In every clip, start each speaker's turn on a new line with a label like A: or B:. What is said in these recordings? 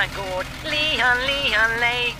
A: gård. Lihan, lihan, lej.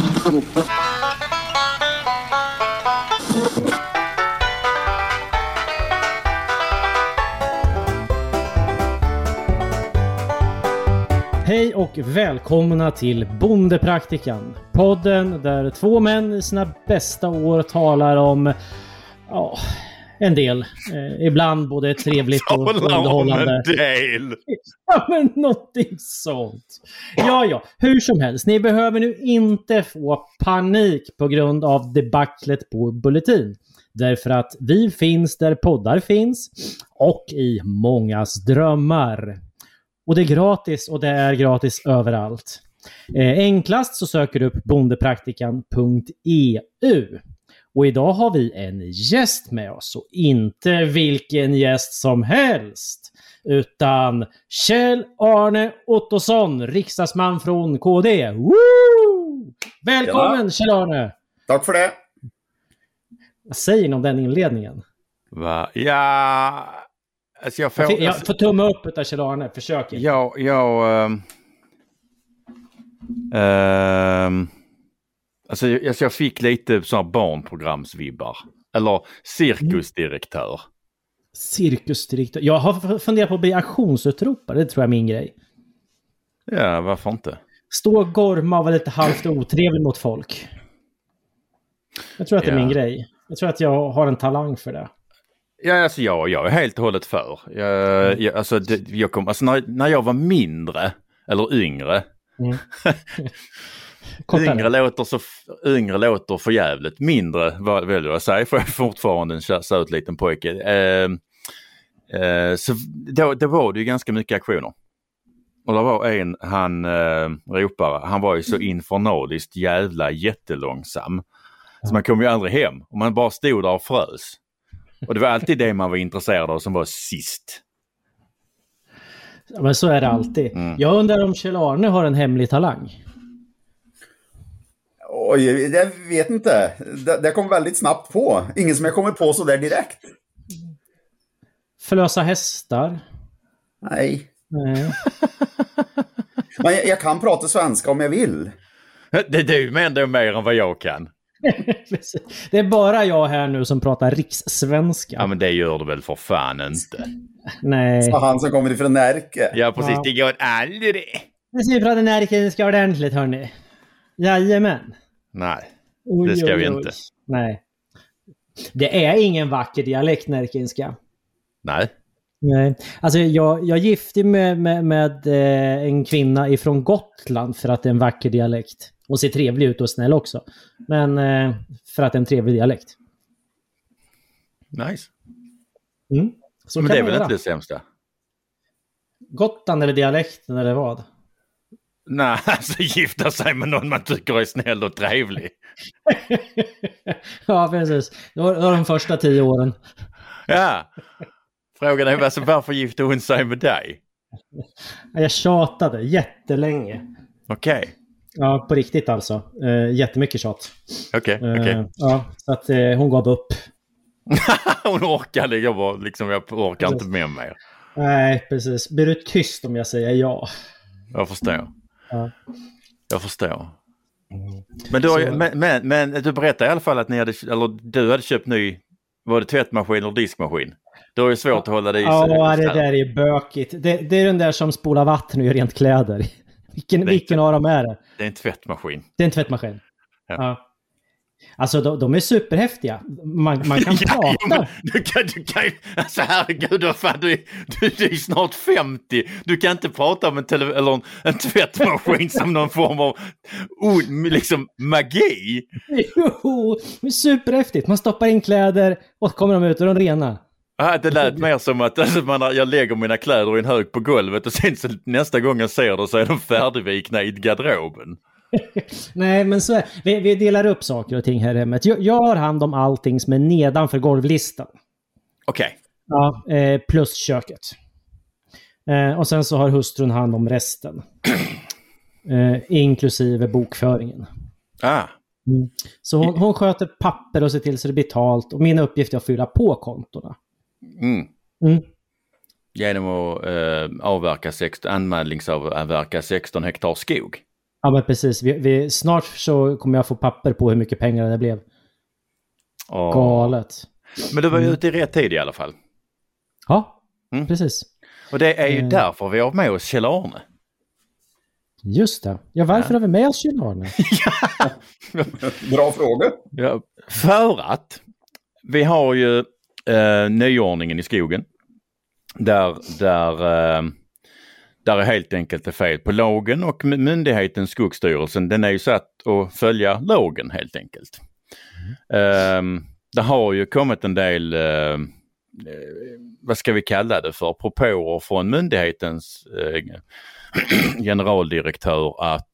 B: Hej och välkomna till Bondepraktikan. Podden där två män i sina bästa år talar om en del. Ibland både trevligt och underhållande. Ja, men någonting sånt. Ja, hur som helst. Ni behöver nu inte få panik på grund av debaclet på Bulletin. Därför att vi finns där poddar finns och i mångas drömmar. Och det är gratis och det är gratis överallt. Enklast så söker du upp bondepraktikan.eu. Och idag har vi en gäst med oss. Och inte vilken gäst som helst. Utan Kjell-Arne Ottosson, riksdagsman från KD. Woo! Välkommen Kjell-Arne!
C: Tack för det.
B: Vad säger ni om den inledningen?
D: Va? Ja... Alltså jag
B: får tumma upp utav Kjell-Arne, försök.
D: Jag fick lite sådana barnprogramsvibbar. Eller cirkusdirektör.
B: Cirkusdirektör. Jag har funderat på att bli aktionsutropare, det tror jag är min grej.
D: Ja, varför inte?
B: Stå och gorma och vara lite halvt otrevlig mot folk. Jag tror att det är min grej. Jag tror att jag har en talang för det.
D: Ja, alltså jag är helt och hållet för. När jag var mindre, eller yngre. Yngre låter för jävligt. Mindre, vad vill jag säga, för jag är fortfarande en söt liten pojke. Så då var det ju ganska mycket aktioner. Och det var en, han ropade, han var ju så infernaliskt jättelångsam. Så man kom ju aldrig hem. Och man bara stod där och frös. Och det var alltid det man var intresserad av som var sist.
B: Ja, men så är det alltid. Jag undrar om Kjell-Arne har en hemlig talang.
C: Oj, jag vet inte. Det kom väldigt snabbt på. Ingen som jag kommer på så där direkt.
B: Förlösa hästar?
C: Nej. Men jag kan prata svenska om jag vill.
D: Det är du men ändå mer än vad jag kan.
B: Det är bara jag här nu som pratar rikssvenska.
D: Ja, men det gör du väl för fan inte.
B: Nej.
C: Så han som kommer ifrån Närke.
D: Ja, precis. Ja. Det går aldrig.
B: Nu ska vi prata närkenska ordentligt, hörni. Jajamän.
D: Nej, det ska vi inte.
B: Nej. Det är ingen vacker dialekt, närkenska.
D: Nej.
B: Alltså jag gifte med en kvinna ifrån Gotland för att det är en vacker dialekt. Och ser trevlig ut och snäll också. Men för att det är en trevlig dialekt.
D: Nice.
B: Så
D: men det är väl inte det sämsta?
B: Gotland eller dialekten eller vad?
D: Nej, alltså gifta sig med någon man tycker är snäll och trevlig.
B: Ja, precis. Det var de första 10 åren.
D: Ja. Frågan är alltså, varför gifte hon sig med dig?
B: Jag tjatade jättelänge.
D: Okej.
B: Ja, på riktigt alltså. Jättemycket tjat.
D: Okej.
B: Ja, så att hon gav upp.
D: Hon orkade, jag orkar inte med mer.
B: Nej, precis. Blir du tyst om jag säger ja?
D: Jag förstår.
B: Ja.
D: Jag förstår. Men du berättade i alla fall att du hade köpt ny, var det tvättmaskin eller diskmaskin? Då är det svårt att hålla det i sig.
B: Ja, det där är bökigt. Det är den där som spolar vatten och gör rent kläder. Vilken av dem är det?
D: Det är en tvättmaskin.
B: Det är en tvättmaskin. Ja. Alltså de är superhäftiga. Man kan prata.
D: Du kan alltså herregud, du är snart 50. Du kan inte prata om en tvättmaskin som någon form av magi.
B: Jo, det är superhäftigt. Man stoppar in kläder och kommer de ut och de rena.
D: Det lät mer som att jag lägger mina kläder i en hög på golvet och sen så nästa gång jag ser det så är de färdigvikna i garderoben.
B: Nej, men så är vi delar upp saker och ting här i hemmet. Jag har hand om allting som är nedanför golvlistan.
D: Okej.
B: Ja, plus köket. Och sen så har hustrun hand om resten. Inklusive bokföringen. Så hon sköter papper och ser till så det blir betalt. Och min uppgift är att fylla på kontorna.
D: Genom att anmälningsavverka 16 hektar skog.
B: Ja, men precis. Snart så kommer jag få papper på hur mycket pengar det blev. Galet.
D: Men det var ju ute i rätt tid i alla fall.
B: Ja, precis.
D: Och det är ju därför vi har med oss Kjell-Arne.
B: Just det. Ja, varför har vi med oss Kjell-Arne?
C: Bra fråga.
D: Ja, för att vi har ju nyordningen i skogen. Där är helt enkelt är fel på lagen, och myndigheten Skogsstyrelsen, den är ju satt att följa lagen helt enkelt. Det har ju kommit en del vad ska vi kalla det för, propåer från myndighetens generaldirektör att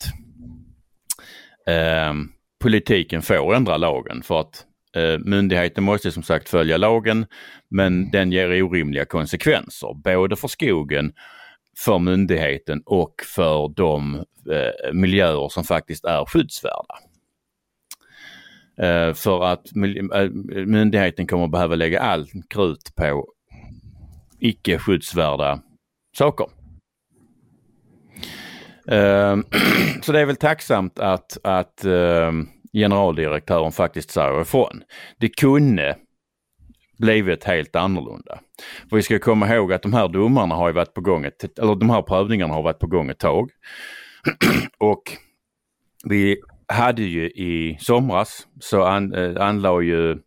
D: politiken får ändra lagen, för att myndigheten måste som sagt följa lagen, men den ger orimliga konsekvenser både för skogen, för myndigheten och för de miljöer som faktiskt är skyddsvärda. För att myndigheten kommer behöva lägga all krut på icke skyddsvärda saker. Så det är väl tacksamt att generaldirektören faktiskt säger ifrån. Det kunde blivit helt annorlunda. För vi ska komma ihåg att de här domarna har ju varit på gång de här prövningarna har varit på gång ett tag. Och vi hade ju i somras så anlade ju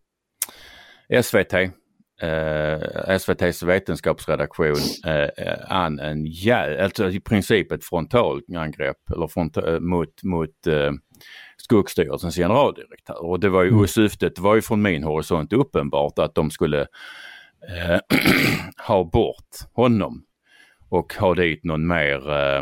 D: SVT:s vetenskapsredaktion alltså i princip ett frontalangrepp mot Skogsstyrelsens generaldirektör. Och det var ju syftet var ju från min horisont uppenbart att de skulle ha bort honom och ha dit någon mer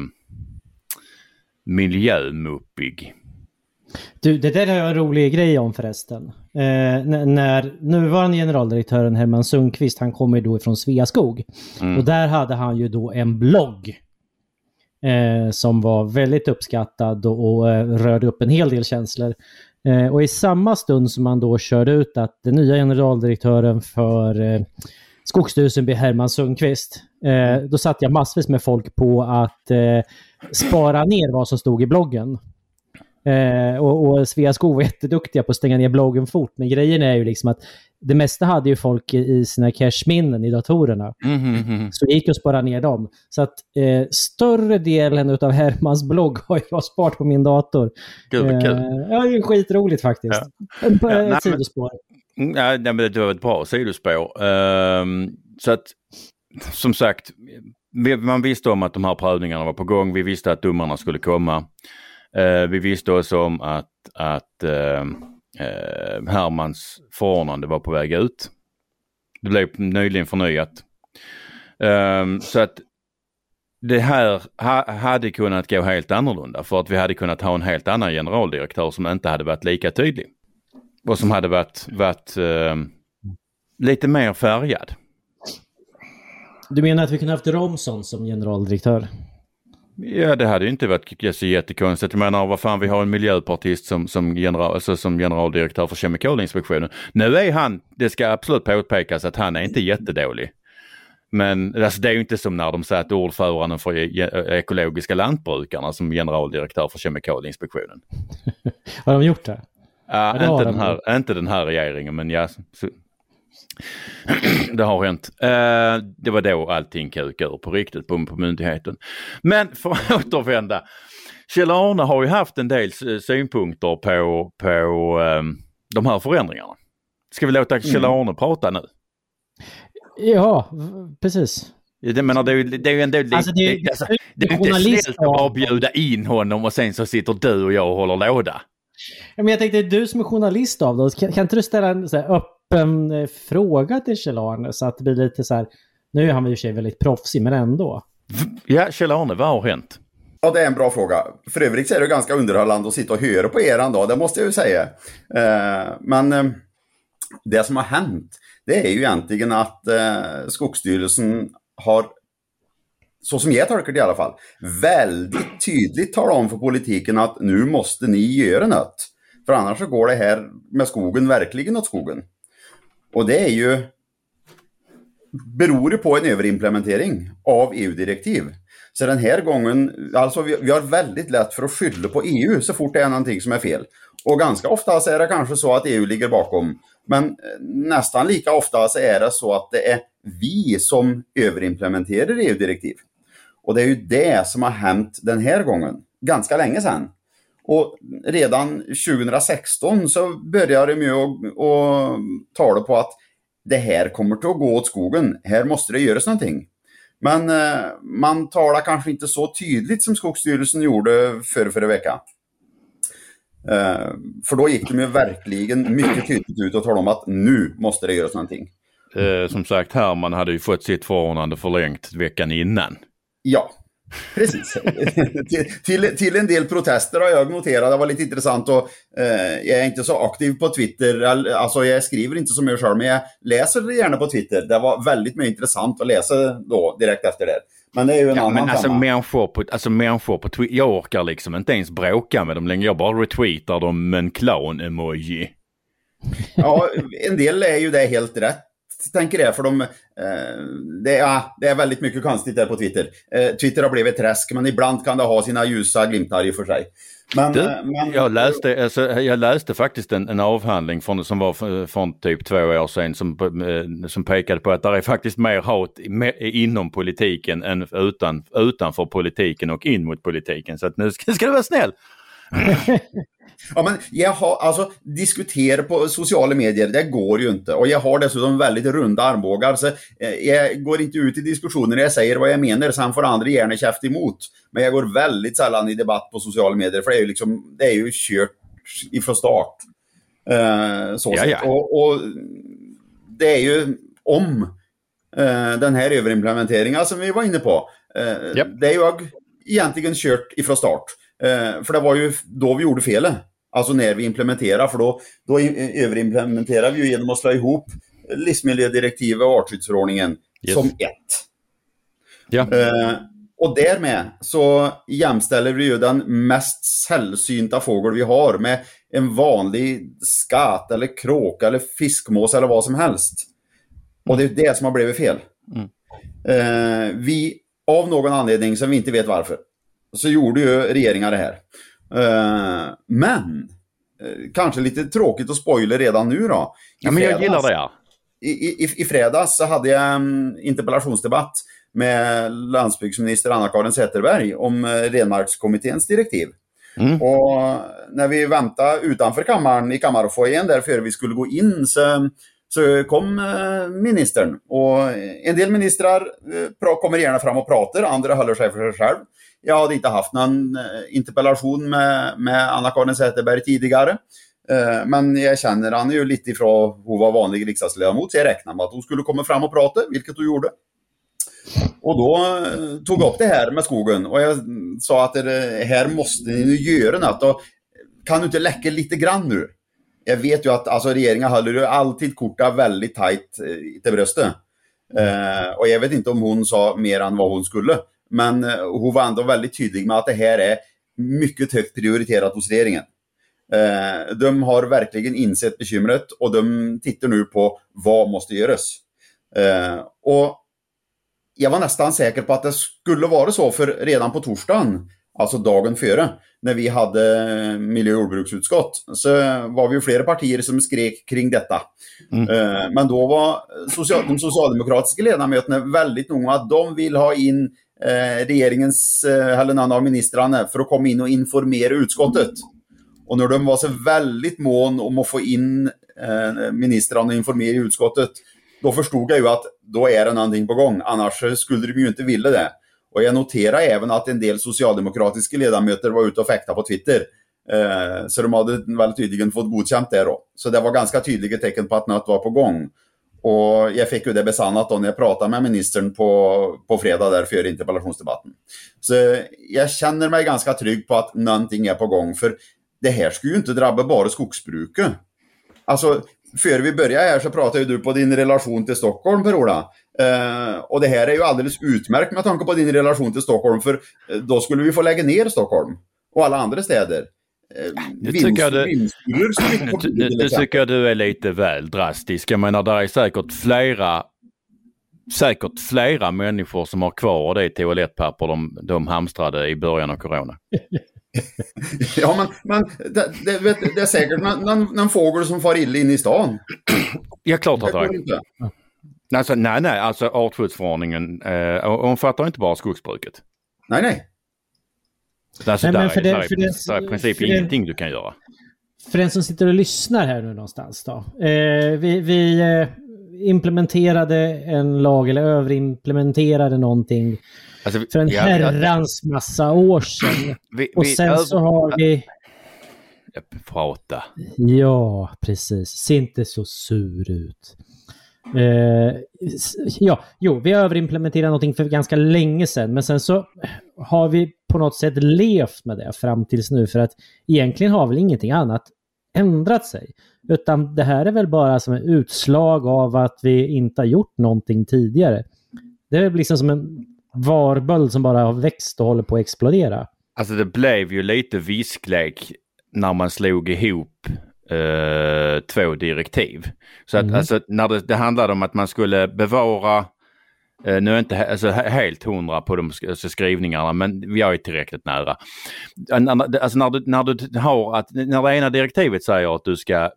D: miljömuppig.
B: Du, det där har jag en rolig grej om förresten. När nuvarande generaldirektören Herman Sundqvist, han kommer då ifrån Sveaskog. Och där hade han ju då en blogg som var väldigt uppskattad och rörde upp en hel del känslor. Och i samma stund som man då körde ut att den nya generaldirektören för Skogsstyrelsen blir Herman Sundqvist, då satt jag massvis med folk på att spara ner vad som stod i bloggen. Och Sveaskog var jätteduktiga på att stänga ner bloggen fort. Men grejen är ju liksom att det mesta hade ju folk i sina cashminnen i datorerna. Så det gick att spara ner dem. Så att större delen av Hermans blogg har jag sparat på min dator.
D: Gud, vad kul.
B: Ja, det är skitroligt faktiskt. Ett sidospår.
D: Nej, men det var ett bra sidospår. Så att, som sagt, man visste om att de här prövningarna var på gång. Vi visste att domarna skulle komma. Vi visste också om att Hermans förordnande var på väg ut. Det blev nyligen förnyat. Så att det här hade kunnat gå helt annorlunda, för att vi hade kunnat ha en helt annan generaldirektör som inte hade varit lika tydlig. Och som hade varit lite mer färgad.
B: Du menar att vi kunde haft Romson som generaldirektör?
D: Ja, det hade ju inte varit så jättekonstigt. Jag menar, vad fan, vi har en miljöpartist som generaldirektör för Kemikalieinspektionen. Nu är han, det ska absolut påpekas att han är inte jättedålig. Men alltså, det är ju inte som när de satt ordföranden för ekologiska lantbrukarna som generaldirektör för Kemikalieinspektionen.
B: Har de gjort det?
D: Ja, inte den här regeringen, men ja, det har hänt. Det var då allting kukade ur på riktigt på myndigheten. Men för att återvända, Kjell-Arne har ju haft en del synpunkter på de här förändringarna. Ska vi låta Kjell-Arne prata nu?
B: Ja, precis.
D: Det är ju ändå lite... det är inte snällt att bara bjuda in honom och sen så sitter du och jag och håller låda.
B: Men jag tänkte, du som är journalist av då, kan inte du ställa en så här öppen fråga till Kjell-Arne så att det blir lite så här, nu är han ju sig väldigt proffsig men ändå.
D: Ja, Kjell-Arne, vad har hänt?
C: Ja, det är en bra fråga. För övrigt så är det ganska underhållande att sitta och höra på er då, det måste jag ju säga. Men det som har hänt, det är ju egentligen att Skogsstyrelsen har, så som jag tolkar det i alla fall, väldigt tydligt talat om för politiken att nu måste ni göra något. För annars så går det här med skogen verkligen åt skogen. Och det är ju beror ju på en överimplementering av EU-direktiv. Så den här gången, alltså vi har väldigt lätt för att skylla på EU så fort det är någonting som är fel. Och ganska ofta så är det kanske så att EU ligger bakom. Men nästan lika ofta så är det så att det är vi som överimplementerar EU-direktiv. Och det är ju det som har hänt den här gången, ganska länge sedan. Och redan 2016 så började de ju att tala på att det här kommer att gå åt skogen. Här måste det göras någonting. Men man talar kanske inte så tydligt som Skogsstyrelsen gjorde förra veckan. För då gick de ju verkligen mycket tydligt ut och talade om att nu måste det göras någonting.
D: Som sagt, Herman hade ju fått sitt förordnande förlängt veckan innan.
C: Ja, precis. till en del protester har jag noterat. Det var lite intressant och jag är inte så aktiv på Twitter. Alltså jag skriver inte så mycket själv, men jag läser gärna på Twitter. Det var väldigt mycket intressant att läsa då direkt efter det. Men det är ju en annan
D: alltså
C: femma.
D: människor på Twitter, jag orkar liksom inte ens bråka med dem längre. Jag bara retweetar dem med en clown-emoji.
C: Ja, en del är ju det helt rätt. Tänker det, för det är väldigt mycket konstigt där på Twitter. Twitter har blivit träsk, men ibland kan det ha sina ljusa glimtar i för sig. Jag läste faktiskt en avhandling som var från typ 2 år sedan som pekade på att det är faktiskt mer hat inom politiken än utanför politiken och in mot politiken. Så att nu ska du vara snäll. Ja, men alltså diskutera på sociala medier, det går ju inte. Och jag har dessutom väldigt runda armbågar, så jag går inte ut i diskussioner. Jag säger vad jag menar, sen får andra gärna käft emot. Men jag går väldigt sällan i debatt på sociala medier, för det är ju kört ifrån start. Och det är ju om den här överimplementeringen som vi var inne på. Det är ju egentligen kört ifrån start. För det var ju då vi gjorde felet. Alltså när vi implementerar, för då överimplementerar vi ju genom att slå ihop livsmiljödirektivet och artskyddsförordningen som ett. Ja. Och därmed så jämställer vi ju den mest sällsynta fågel vi har med en vanlig skat eller kråk eller fiskmås eller vad som helst. Och det är det som har blivit fel. Vi, av någon anledning som vi inte vet varför, så gjorde ju regeringar det här. Men kanske lite tråkigt att spoila redan nu då.
D: Ja, men jag gillar det, ja.
C: I fredags så hade jag en interpellationsdebatt med landsbygdsminister Anna-Karin Zetterberg om renmarkskommitténs direktiv. Och när vi väntade utanför kammaren i kammarfoajén där för vi skulle gå in så kom ministern. Och en del ministrar kommer gärna fram och pratar, andra håller sig för sig själv. Jag hade inte haft någon interpellation med Anna-Karin Zetterberg tidigare. Men jag känner han ju lite ifrån hon var vanlig riksdagsledamot, så jag räknar med att hon skulle komma fram och prata, vilket hon gjorde. Och då tog jag upp det här med skogen och jag sa att här måste ni nu göra något. Och kan du inte läcka lite grann nu? Jag vet ju att alltså, regeringen håller ju alltid korta väldigt tajt till bröstet. Och jag vet inte om hon sa mer än vad hon skulle. Men hon var ändå väldigt tydlig med att det här är mycket högt prioriterat hos regeringen. De har verkligen insett bekymret och de tittar nu på vad måste göras. Och jag var nästan säker på att det skulle vara så, för redan på torsdagen, alltså dagen före, när vi hade miljö- och jordbruksutskott, så var vi ju flera partier som skrek kring detta. Men då var de socialdemokratiska ledamöterna väldigt noga att de vill ha in regeringens eller någon av ministrarna för att komma in och informera utskottet. Och när de var så väldigt mån om att få in ministrarna och informera utskottet, då förstod jag ju att då är det någonting på gång. Annars skulle de ju inte vilja det. Och jag noterar även att en del socialdemokratiska ledamöter var ute och fäkta på Twitter. Så de hade väl tydligen fått godkänt det då. Så det var ganska tydliga tecken på att något var på gång. Och jag fick ju det besannat då när jag pratade med ministern på fredag där före interpellationsdebatten. Så jag känner mig ganska trygg på att någonting är på gång. För det här skulle ju inte drabba bara skogsbruket. Alltså, före vi börjar här så pratade ju du på din relation till Stockholm, Per-Ola. Och det här är ju alldeles utmärkt med tanke på din relation till Stockholm. För då skulle vi få lägga ner Stockholm och alla andra städer.
D: Du tycker du är lite väl drastisk. Jag menar, där är säkert flera säkert flera människor som har kvar det toalettpapper de hamstrade i början av corona.
C: Ja, men det är säkert någon fågel som far illa in i stan.
D: Ja, klart att det är. Alltså, nej, alltså artskyddsförordningen omfattar inte bara skogsbruket.
C: Nej.
D: Alltså, det är i princip ingenting du kan göra.
B: För den som sitter och lyssnar här nu någonstans då. Vi implementerade en lag eller överimplementerade någonting för en herrans massa år sedan. Och sen så har vi...
D: Prata.
B: Ja, precis. Se inte så sur ut. Vi överimplementerade någonting för ganska länge sedan, men sen så har vi på något sätt levt med det fram tills nu, för att egentligen har väl ingenting annat ändrat sig, utan det här är väl bara som ett utslag av att vi inte har gjort någonting tidigare. Det är liksom som en varböld som bara har växt och håller på att explodera.
D: Alltså det blev ju lite visklek när man slog ihop 2 direktiv. Så att alltså, när det handlade om att man skulle bevara, nu är inte alltså, helt 100 på de skrivningarna, men vi är tillräckligt nära. Alltså när det ena direktivet säger att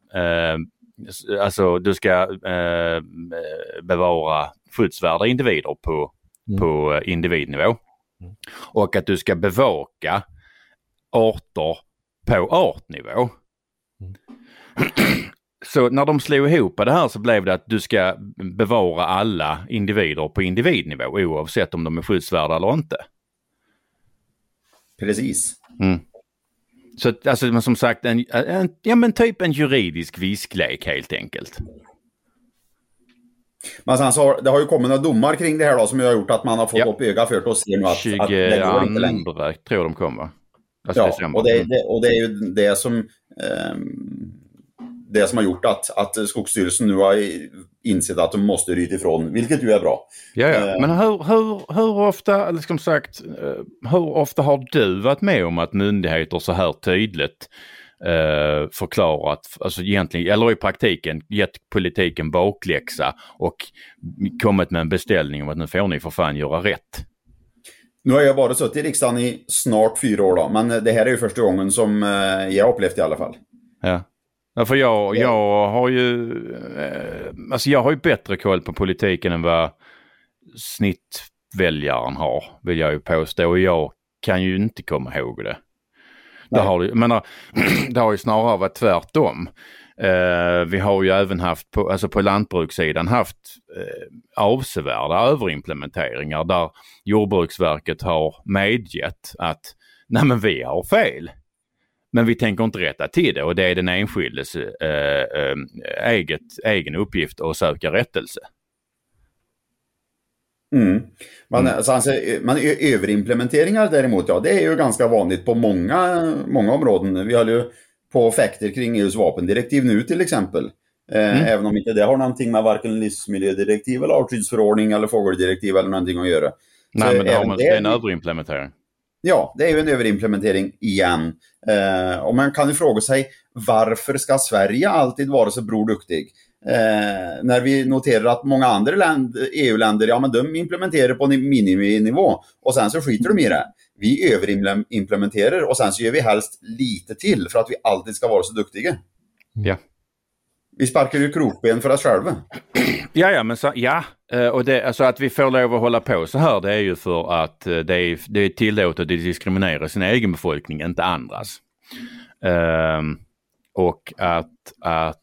D: du ska bevara skyddsvärda individer på individnivå, och att du ska bevaka arter på artnivå. Så när de slog ihop det här så blev det att du ska bevara alla individer på individnivå oavsett om de är skyddsvärda eller inte.
C: Precis.
D: Så alltså, men som sagt typ en juridisk visklek helt enkelt.
C: Men sen så det har ju kommit några domar kring det här då, som har gjort att man har fått upp öga för att se nu att det går inte längre. Tror de kommer. Alltså och det är ju det som har gjort att Skogsstyrelsen nu har insett att de måste ryta ifrån, vilket ju är bra.
D: Ja. Men hur ofta, liksom sagt, hur ofta har du varit med om att myndigheter så här tydligt förklarat, alltså egentligen, eller i praktiken gett politiken bakläxa och kommit med en beställning om att nu får ni för fan göra rätt?
C: Nu har jag bara suttit i riksdagen i snart 4 år då, men det här är ju första gången som jag har upplevt i alla fall.
D: Ja, för jag har ju alltså jag har ju bättre koll på politiken än vad snittväljaren har, vill jag ju påstå, och jag kan ju inte komma ihåg det. Det har ju snarare varit tvärtom. Vi har ju även haft på lantbrukssidan haft avsevärda överimplementeringar där Jordbruksverket har medgett att nej, men vi har fel. Men vi tänker inte rätta till det, och det är den enskildes egen uppgift att söka rättelse.
C: Men överimplementeringar däremot, det är ju ganska vanligt på många områden. Vi har ju på effekter kring EUs vapendirektiv nu till exempel. Även om inte det har någonting med varken livsmiljödirektiv eller artskyddsförordning eller fågeldirektiv eller någonting att göra.
D: Nej, men det är en överimplementering.
C: Ja, det är ju en överimplementering igen. Och man kan ju fråga sig, varför ska Sverige alltid vara så broduktig? När vi noterar att många andra EU-länder, men de implementerar på miniminivå och sen så skiter de i det. Vi överimplementerar och sen så gör vi helst lite till för att vi alltid ska vara så duktiga.
D: Ja.
C: Vi sparkar ju krokben för oss själva.
D: Och det, alltså att vi får lov att hålla på så här, det är ju för att det är tillåtet att diskriminera sin egen befolkning, inte andras. Och att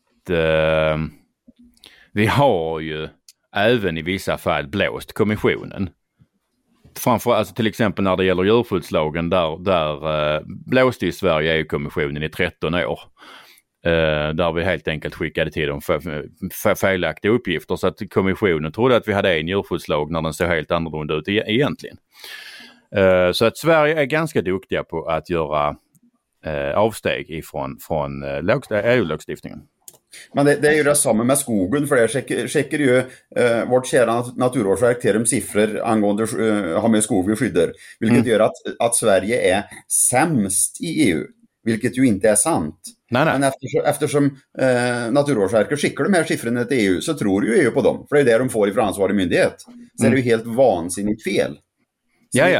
D: vi har ju även i vissa fall blåst kommissionen. Framförallt alltså till exempel när det gäller djurskyddslagen, där blåste i Sverige EU-kommissionen i 13 år. Där vi helt enkelt skickade till dem felaktiga uppgifter, så att kommissionen trodde att vi hade en djurskyddslag när den såg helt annorlunda ut egentligen. Så att Sverige är ganska duktiga på att göra avsteg ifrån EU-lagstiftningen. Men
C: det är ju detsamma med skogen, för det checkar ju vårt kära Naturvårdsverk till de siffror angående har med skog vi skyddar, vilket gör att Sverige är sämst i EU, vilket ju inte är sant.
D: Nej.
C: Men eftersom Naturvårdsverket skickar de här siffrorna till EU så tror ju EU på dem. För det är det de får ifrån ansvarig myndighet. Så är det ju helt vansinnigt fel.
D: Ja.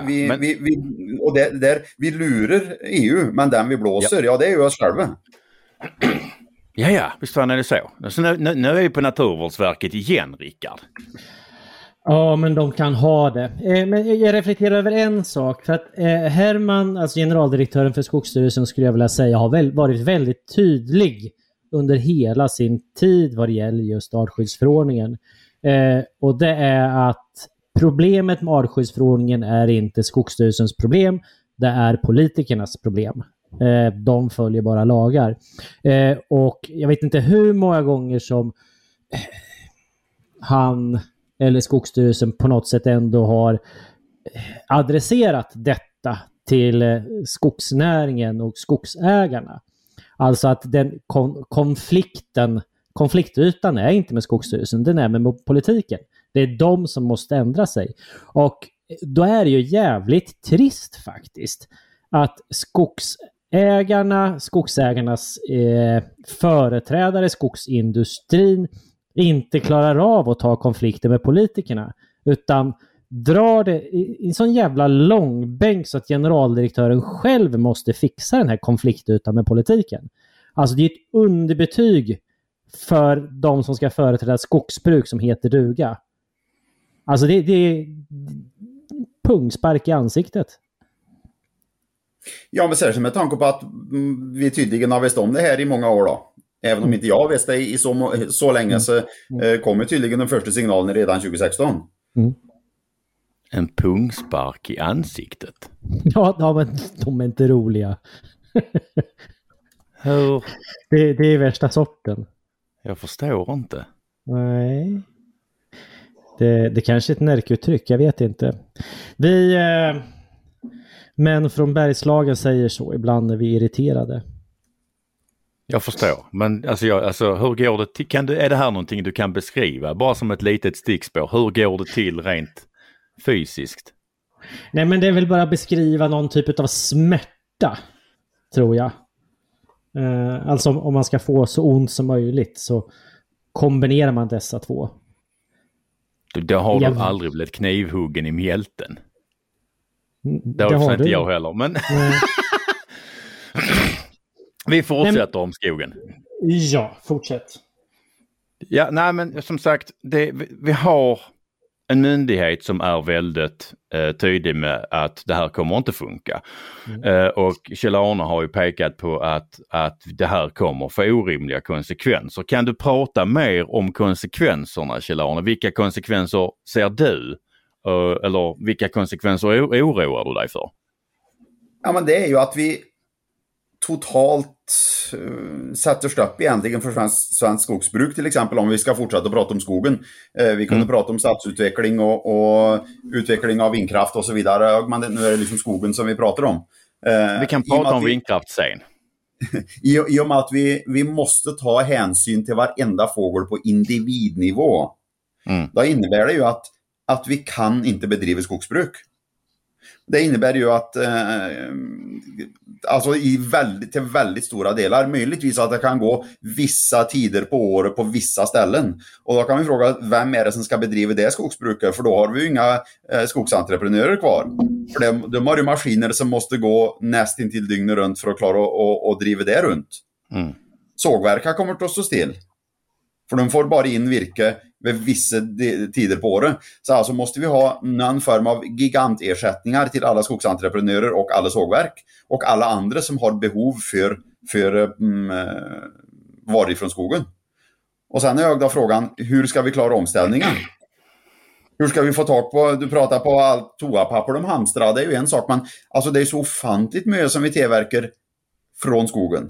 C: Vi lurar EU, men den vi blåser, det är ju oss själva.
D: Ja, visst fan är det så. Så nu är vi på Naturvårdsverket igen, Rickard.
B: Ja, men de kan ha det. Men jag reflekterar över en sak. För att Herman, alltså generaldirektören för Skogsstyrelsen, skulle jag vilja säga, har varit väldigt tydlig under hela sin tid vad det gäller just artskyddsförordningen. Och det är att problemet med artskyddsförordningen är inte Skogsstyrelsens problem. Det är politikernas problem. De följer bara lagar. Och jag vet inte hur många gånger som han eller Skogsstyrelsen på något sätt ändå har adresserat detta till skogsnäringen och skogsägarna. Alltså att den konfliktytan är inte med Skogsstyrelsen, den är med politiken. Det är de som måste ändra sig. Och då är det ju jävligt trist faktiskt att skogsägarnas företrädare, skogsindustrin, inte klarar av att ta konflikter med politikerna, utan drar det i en sån jävla långbänk så att generaldirektören själv måste fixa den här konfliktytan med politiken. Alltså det är ett underbetyg för de som ska företräda skogsbruk som heter duga. Alltså det är pungspark i ansiktet.
C: Ja, men särskilt med tanke på att vi tydligen har vetat om det här i många år då. Även om inte jag visste det i så länge så kommer tydligen den första signalen redan 2016.
D: En pungspark i ansiktet.
B: Ja, men de är inte roliga.
D: Hur?
B: Det är värsta sorten.
D: Jag förstår inte.
B: Nej. Det kanske är ett närkuttryck, jag vet inte. Män från Bergslagen säger så ibland när vi är irriterade.
D: Jag förstår, men alltså hur går det till? Är det här någonting du kan beskriva? Bara som ett litet stickspår. Hur går det till rent fysiskt?
B: Nej, men det är väl bara beskriva någon typ av smärta, tror jag. Alltså om man ska få så ont som möjligt så kombinerar man dessa två.
D: Då har du aldrig blivit knivhuggen i mjälten. Det har inte jag heller, men... Vi fortsätter om skogen.
B: Ja, fortsätt.
D: Ja, nej men som sagt, vi har en myndighet som är väldigt tydlig med att det här kommer inte funka. Och Kjell-Arne har ju pekat på att det här kommer få orimliga konsekvenser. Kan du prata mer om konsekvenserna, Kjell-Arne? Vilka konsekvenser ser du? Eller vilka konsekvenser oroar du dig för?
C: Ja, men det är ju att vi totalt sätter stopp egentligen för svensk skogsbruk, till exempel, om vi ska fortsätta prata om skogen. Vi kunde prata om stadsutveckling och utveckling av vindkraft och så vidare, men nu är det liksom skogen som vi pratar om.
D: Vi kan prata om vindkraft sen.
C: I och med att vi måste ta hänsyn till varenda fågel på individnivå. Då innebär det ju att vi kan inte bedriva skogsbruk. Det innebär ju att alltså till väldigt stora delar, möjligtvis att det kan gå vissa tider på året på vissa ställen. Och då kan vi fråga, vem är det som ska bedriva det skogsbruket? För då har vi ju inga skogsentreprenörer kvar. För de har ju maskiner som måste gå nästan till dygnet runt för att klara att driva det runt. Sågverka kommer att stå still. För de får bara in virke vid vissa tider på året. Så alltså måste vi ha någon form av gigantersättningar till alla skogsentreprenörer och alla sågverk. Och alla andra som har behov för varor från skogen. Och sen är jag då frågan, hur ska vi klara omställningen? Hur ska vi få tag på, du pratar på allt toapapper de hamstrar, det är ju en sak. Men alltså det är så ofantligt mycket som vi tillverkar från skogen.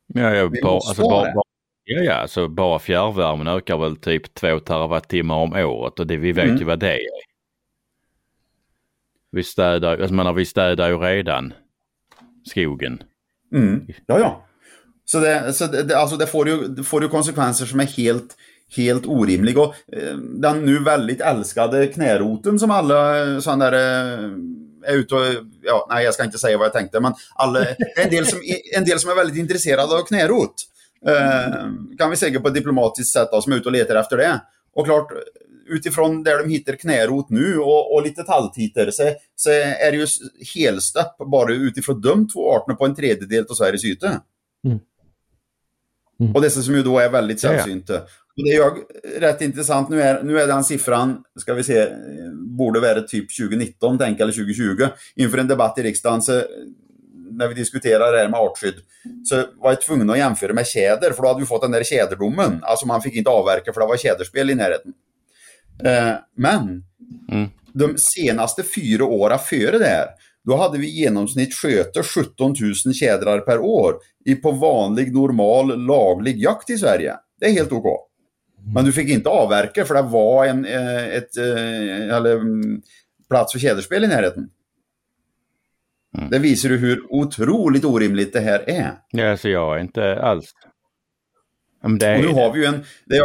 D: Så bara fjärrvärmen ökar väl typ 2 terawattimmar om året, och vi vet ju vad det är. Vi städar ju redan skogen.
C: Ja. Så det får ju konsekvenser som är helt orimliga. Och den nu väldigt älskade knäroten som alla sådana där är ute och, ja, nej jag ska inte säga vad jag tänkte, men en del som är väldigt intresserade av knärot. Kan vi säga på ett diplomatiskt sätt då, som är ute och letar efter det. Och klart, utifrån där de hittar knärot nu och lite talltiter så är det ju helstopp bara utifrån de två arterna på en tredjedel av Sveriges yta. Och det som ju då är väldigt sällsynta. Och det är ju rätt intressant, nu är den siffran, ska vi se, borde vara typ 2019 eller 2020, inför en debatt i riksdagen så, när vi diskuterar det här med artskydd, så var jag tvungen att jämföra med tjäder, för då hade vi fått den där tjäderdomen, alltså man fick inte avverka för det var tjäderspel i närheten. Men de senaste 4 åren före det här, då hade vi i genomsnitt sköter 17 000 tjädrar per år på vanlig, normal, laglig jakt i Sverige. Det är helt okej. Men du fick inte avverka för det var en plats för tjäderspel i närheten. Det visar ju hur otroligt orimligt det här är.
D: Ja, så jag är inte alls. Men
C: nu har vi ju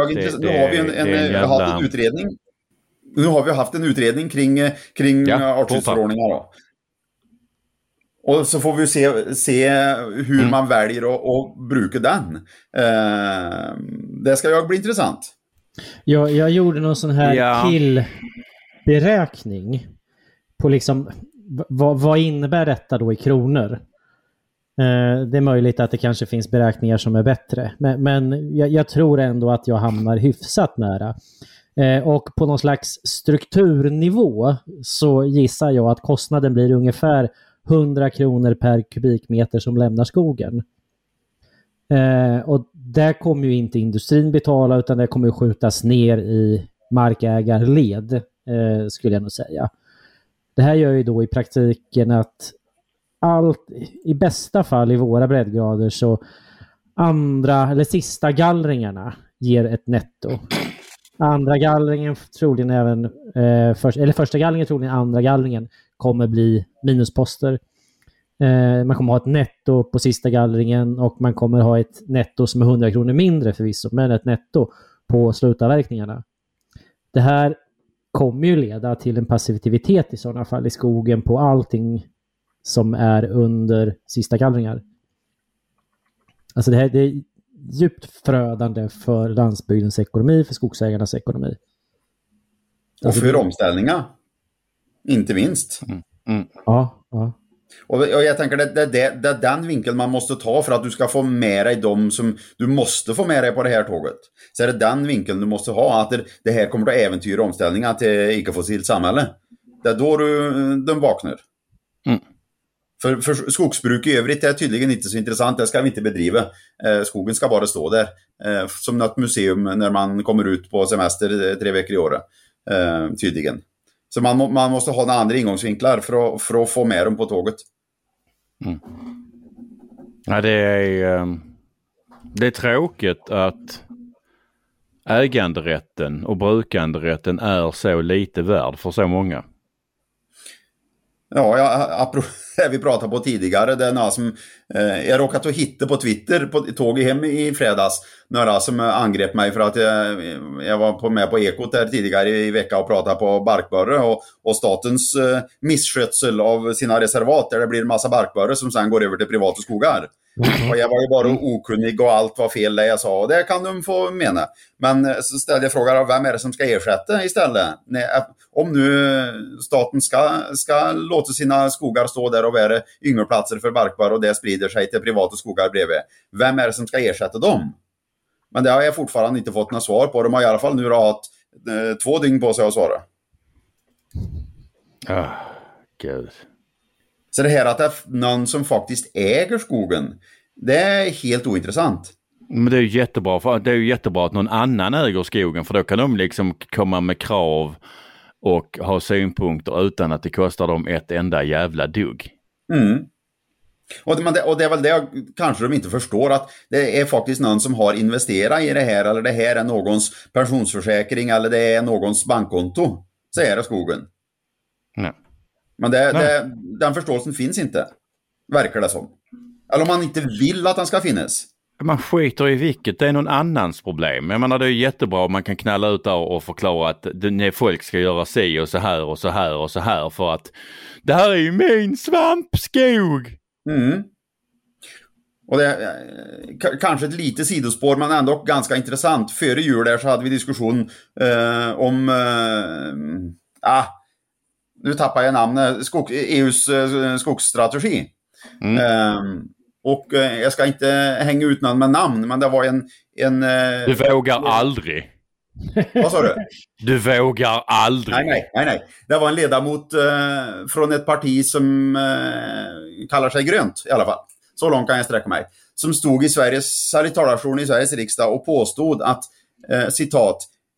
C: en utredning. Nu har vi haft en utredning kring artskyddsförordningar då. Och så får vi se hur man väljer att bruka den. Det ska jag bli intressant.
B: Jag gjorde någon sån här killberäkning på liksom vad innebär detta då i kronor? Det är möjligt att det kanske finns beräkningar som är bättre. Men jag tror ändå att jag hamnar hyfsat nära. Och på någon slags strukturnivå så gissar jag att kostnaden blir ungefär 100 kronor per kubikmeter som lämnar skogen. Och där kommer ju inte industrin betala, utan det kommer ju skjutas ner i markägarled, skulle jag nog säga. Det här gör ju då i praktiken att i bästa fall i våra breddgrader så andra eller sista gallringarna ger ett netto. Andra gallringen troligen även första gallringen troligen andra gallringen kommer bli minusposter. Man kommer ha ett netto på sista gallringen och man kommer ha ett netto som är 100 kronor mindre förvisso, men ett netto på slutavverkningarna. Det här kommer ju leda till en passivitet i sådana fall i skogen på allting som är under sista gallringar. Alltså det är djupt förödande för landsbygdens ekonomi, för skogsägarnas ekonomi.
C: Och för omställningar. Inte minst.
B: Ja.
C: Och jag tänker det är den vinkeln man måste ta för att du ska få med dig de som du måste få med dig på det här tåget. Så är det den vinkeln du måste ha, att det här kommer att äventyra omställningar till icke-fossilt samhälle. Det är då de vaknar. För skogsbruk i övrigt är tydligen inte så intressant. Det ska vi inte bedriva. Skogen ska bara stå där. Som något museum när man kommer ut på semester 3 veckor i året. Tydligen. Så man måste ha andra ingångsvinklar för att få med dem på tåget.
D: Ja, det är tråkigt att äganderätten och brukanderätten är så lite värd för så många.
C: Ja, det vi pratade på tidigare, det är några som jag råkat att hitta på Twitter på tåget hem i fredags, några som angrep mig för att jag var med på Ekot där tidigare i vecka och pratade på barkborre och statens misskötsel av sina reservat där det blir en massa barkborre som sen går över till privata skogar. Och jag var ju bara okunnig och allt var fel det jag sa, och det kan de få mena. Men så ställde jag frågan, vem är det som ska ersätta istället? Om nu staten ska låta sina skogar stå där och vara yngelplatser för barkborre och det sprider sig till privata skogar bredvid, vem är det som ska ersätta dem? Men det har jag fortfarande inte fått några svar på. De har i alla fall nu haft 2 dygn på sig att svara.
D: Gud.
C: Så det här att det är någon som faktiskt äger skogen, det är helt ointressant.
D: Men det är ju jättebra, att någon annan äger skogen, för då kan de liksom komma med krav och ha synpunkter utan att det kostar dem ett enda jävla dugg.
C: Och det är väl det kanske de inte förstår, att det är faktiskt någon som har investerat i det här, eller det här är någons pensionsförsäkring, eller det är någons bankkonto, så är det skogen.
D: Nej.
C: Men den förståelsen finns inte, verkar det som. Eller om man inte vill att den ska finnas.
D: Man skiter i vilket, det är någon annans problem. Jag menar, det är jättebra om man kan knalla ut där och förklara att folk ska göra sig och så här och så här och så här för att det här är ju min svampskog.
C: Mm. Och det är kanske ett lite sidospår men ändå ganska intressant. Före jul där så hade vi diskussion om nu tappar jag namnet, EUs skogsstrategi. Och jag ska inte hänga ut någon med namn, men det var en
D: Du vågar aldrig.
C: Vad sa du?
D: Du vågar aldrig.
C: Nej. Det var en ledamot från ett parti som kallar sig grönt i alla fall. Så långt kan jag sträcka mig. Som stod i talarstolen i Sveriges riksdag och påstod att citat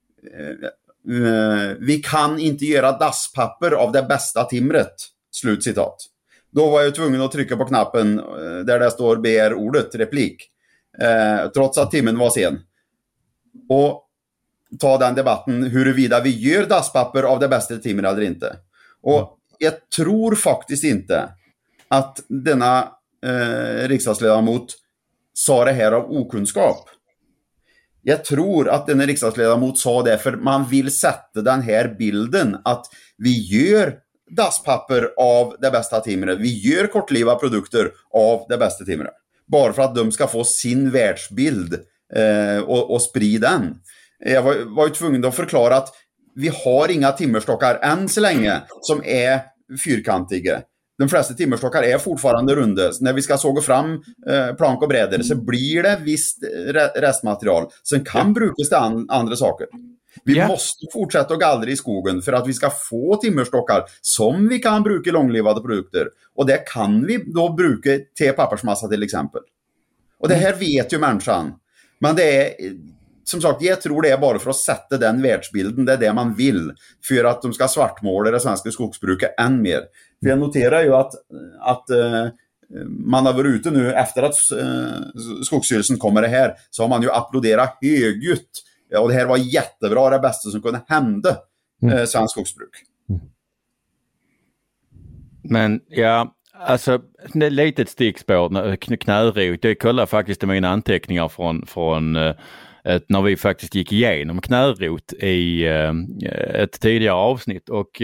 C: vi kan inte göra dasspapper av det bästa timret. Slut citat. Då var jag tvungen att trycka på knappen där det står BR-ordet, replik. Trots att timmen var sen. Och ta den debatten huruvida vi gör dasspapper av det bästa timret eller inte. Och jag tror faktiskt inte att denna riksdagsledamot sa det här av okunskap. Jag tror att denna riksdagsledamot sa det för man vill sätta den här bilden att vi gör dasspapper av det bästa timret. Vi gör kortliva produkter av det bästa timret. Bara för att de ska få sin världsbild och sprida den. Jag var ju tvungen att förklara att vi har inga timmerstockar än så länge som är fyrkantiga. De flesta timmerstockar är fortfarande runda. När vi ska såga fram plank och brädor så blir det visst restmaterial som kan brukas till andra saker. Vi måste fortsätta att gallra i skogen för att vi ska få timmerstockar som vi kan bruka i långlivade produkter. Och det kan vi då bruka till pappersmassa till exempel. Och det här vet ju människan. Men det är, som sagt, jag tror det är bara för att sätta den världsbilden. Det är det man vill. För att de ska svartmåla det svenska skogsbruket än mer. För jag noterar ju att man har varit ute nu efter att Skogsstyrelsen kommer det här. Så har man ju applåderat högljutt. Och det här var jättebra, det bästa som kunde hända svensk skogsbruk. Men
D: ja, alltså ett litet stickspår, knärot. Jag kollar faktiskt i mina anteckningar från när vi faktiskt gick igenom knärot i ett tidigare avsnitt. Och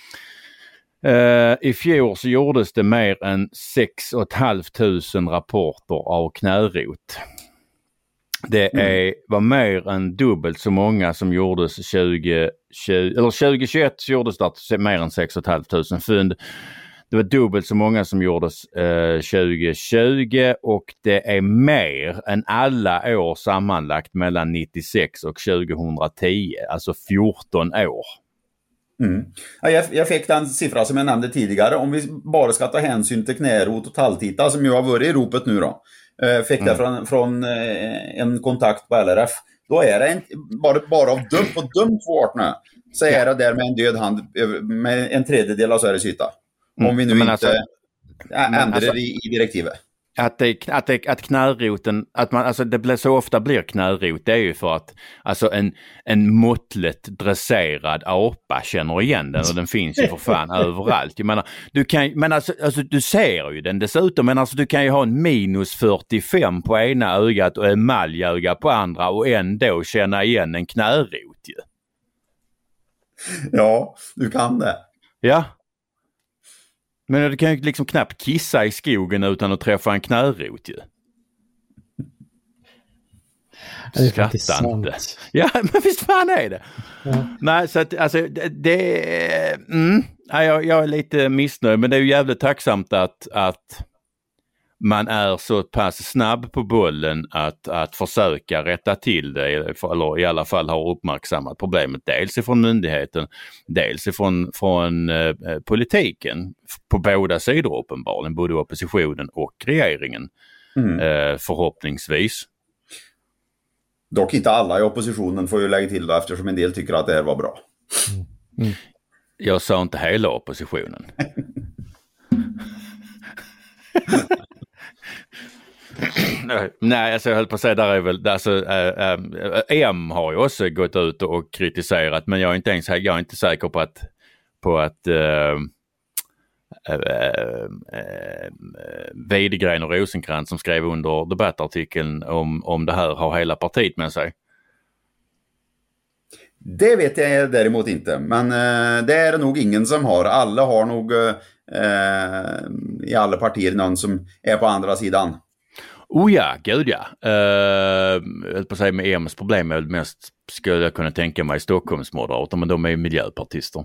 D: i fjol så gjordes det mer än 6 500 rapporter av knärot. Det var mer än dubbelt så många som gjordes 2021 så gjordes det mer än 6 500 fynd. Det var dubbelt så många som gjordes 2020 och det är mer än alla år sammanlagt mellan 96 och 2010, alltså 14 år.
C: Jag fick den siffra som jag nämnde tidigare. Om vi bara ska ta hänsyn till knärot och talltitta som ju har varit i ropet nu då. Fick det från en kontakt på LRF. Då är det bara av de två arterna så är det där med en död hand med en tredjedel av Sveriges yta. Om vi nu inte ändrar i direktivet.
D: Att knärroten, det blir så ofta blir knärrot, det är ju för att alltså en måttligt dresserad apa känner igen den och den finns ju för fan överallt. Jag menar, du ser ju den dessutom, men alltså du kan ju ha en -45 på ena ögat och en maljöga på andra och ändå känna igen en knärrot ju.
C: Ja, du kan det.
D: Ja. Men du kan ju liksom knappt kissa i skogen utan att träffa en knärrot ju.
B: Det är faktiskt sant.
D: Ja, men visst fan är det. Ja. Nej, så att alltså jag är lite missnöjd, men det är ju jävligt tacksamt att man är så pass snabb på bollen att försöka rätta till det, eller i alla fall har uppmärksammat problemet, dels ifrån myndigheten, dels ifrån politiken på båda sidor uppenbarligen, både oppositionen och regeringen förhoppningsvis.
C: Dock inte alla i oppositionen får ju lägga till det eftersom en del tycker att det här var bra.
D: Jag sa inte hela oppositionen. Nej, alltså jag höll på att säga, där är väl, alltså, M har ju också gått ut och kritiserat, men jag är inte säker på att Widegren och Rosenkrantz som skrev under debattartikeln om det här har hela partiet med sig?
C: Det vet jag däremot inte, men det är det nog ingen som har. Alla har nog i alla partier någon som är på andra sidan.
D: Oh ja, gud ja. Jag på säga med EMs problem är väl mest, skulle jag kunna tänka mig, Stockholmsmoderater, men de är ju miljöpartister.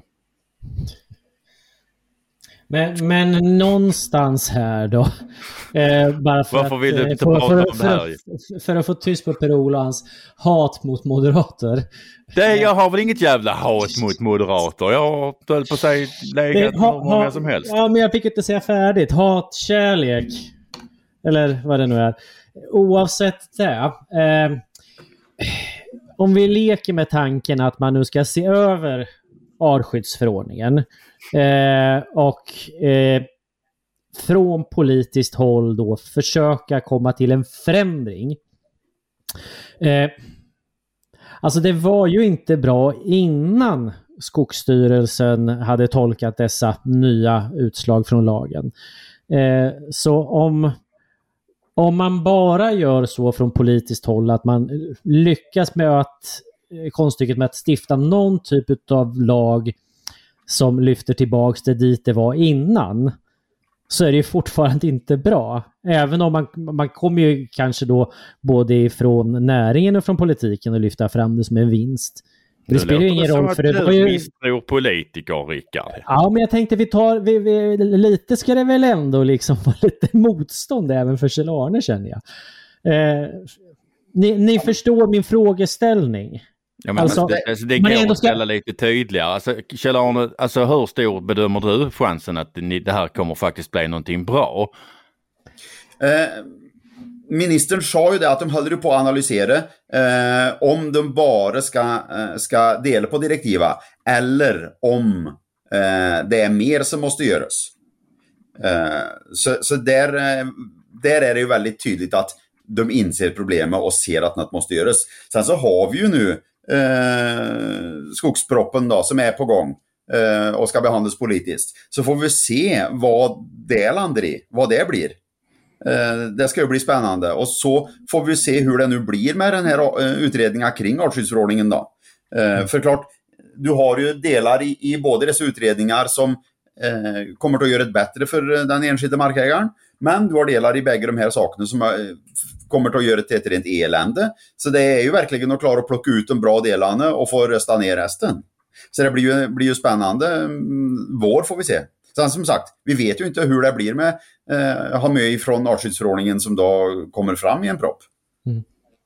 B: Men någonstans här då. Bara för
D: varför
B: att,
D: vill du inte prata om det här?
B: För att få tyst på Per-Ola och hans hat mot moderater.
D: Jag har väl inget jävla hat mot moderater. Jag höll på att säga läget hur många som helst.
B: Ja, men jag fick inte säga färdigt. Hat, kärlek. Eller vad det nu är. Oavsett det. Om vi leker med tanken att man nu ska se över artskyddsförordningen. Och från politiskt håll då försöka komma till en förändring. Alltså det var ju inte bra innan Skogsstyrelsen hade tolkat dessa nya utslag från lagen. Så om man bara gör så från politiskt håll att man lyckas med konststycket med att stifta någon typ av lag som lyfter tillbaks det dit det var innan, så är det ju fortfarande inte bra. Även om man kommer ju kanske då både ifrån näringen och från politiken och lyfta fram det som en vinst. Det spelar ju ingen roll för det var ju...
D: misstror politiker, Rickard.
B: Ja, men jag tänkte vi lite ska det väl ändå liksom vara lite motstånd även för Kjell-Arne, känner jag. Ni förstår min frågeställning.
D: Ja, men alltså, det går att ställa lite tydligare. Alltså, Kjell-Arne, alltså, hur stor bedömer du chansen att det här kommer faktiskt bli någonting bra?
C: Ministern sa ju det att de håller på att analysera om de bara ska dela på direktiva eller om det är mer som måste göras. Så där är det ju väldigt tydligt att de inser problemet och ser att något måste göras. Sen så har vi ju nu skogsproppen då, som är på gång och ska behandlas politiskt. Så får vi se vad det landar i, vad det blir. Det ska ju bli spännande. Och så får vi se hur det nu blir med den här utredningen kring artskyddsförordningen då. För klart, du har ju delar i både dessa utredningar som kommer att göra det bättre för den enskilda markägaren. Men du har delar i bägge de här sakerna som kommer att göra det till ett rent elände. Så det är ju verkligen att klara att plocka ut de bra delarna och få rösta ner resten. Så det blir ju spännande. Vår får vi se. Sen som sagt, vi vet ju inte hur det blir med ha med ifrån artskyddsförordningen som då kommer fram i en propp.
B: Mm.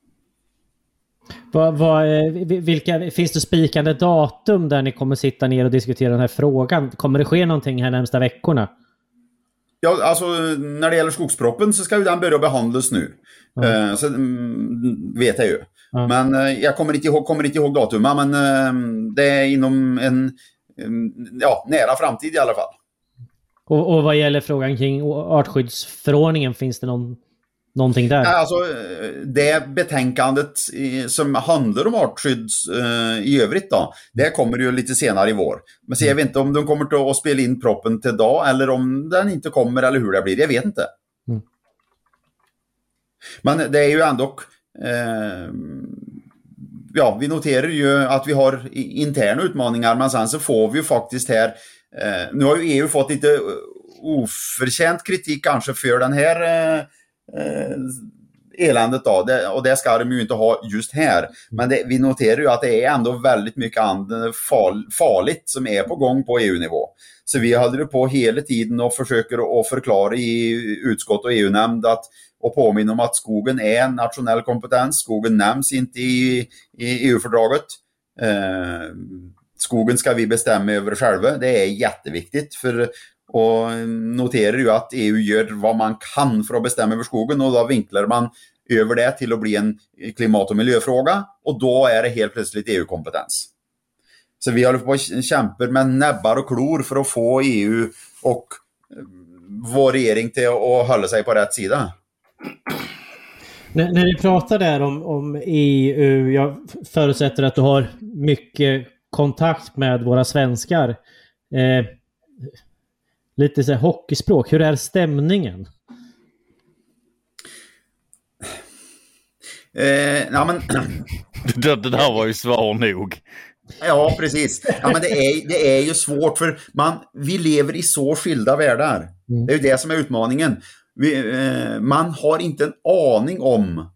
B: Vilka, finns det spikande datum där ni kommer sitta ner och diskutera den här frågan? Kommer det ske någonting här närmsta veckorna?
C: Ja, alltså när det gäller skogsproppen så ska ju den börja behandlas nu. Så vet jag ju. Men jag kommer inte ihåg datum, men det är inom en nära framtid i alla fall.
B: Och vad gäller frågan kring artskyddsförordningen, finns det någonting där?
C: Alltså det betänkandet som handlar om artskydd i övrigt då, det kommer ju lite senare i vår. Men så jag vet inte om de kommer att spela in proppen till dag eller om den inte kommer eller hur det blir, jag vet inte. Mm. Men det är ju ändå vi noterar ju att vi har interna utmaningar, men sen så får vi ju faktiskt här nu har ju EU fått lite oförtjänt kritik kanske för den här eländet då, och det ska de ju inte ha just här, men vi noterar ju att det är ändå väldigt mycket farligt som är på gång på EU-nivå. Så vi håller på hela tiden och försöker att förklara i utskott och EU-nämnd och påminna om att skogen är en nationell kompetens. Skogen nämns inte i EU-fördraget. Skogen ska vi bestämma över själva. Det är jätteviktigt, och noterar ju att EU gör vad man kan för att bestämma över skogen, och då vinklar man över det till att bli en klimat- och miljöfråga, och då är det helt plötsligt EU-kompetens. Så vi håller på att kämpa med näbbar och klor för att få EU och vår regering till att hålla sig på rätt sida.
B: När vi pratar där om EU, jag förutsätter att du har mycket kontakt med våra svenskar. lite så här hockeyspråk. Hur är stämningen?
C: Ja, men...
D: det där var ju svar nog.
C: Ja, precis. Ja, men det är ju svårt för vi lever i så skilda världar. Det är ju det som är utmaningen. Man har inte en aning om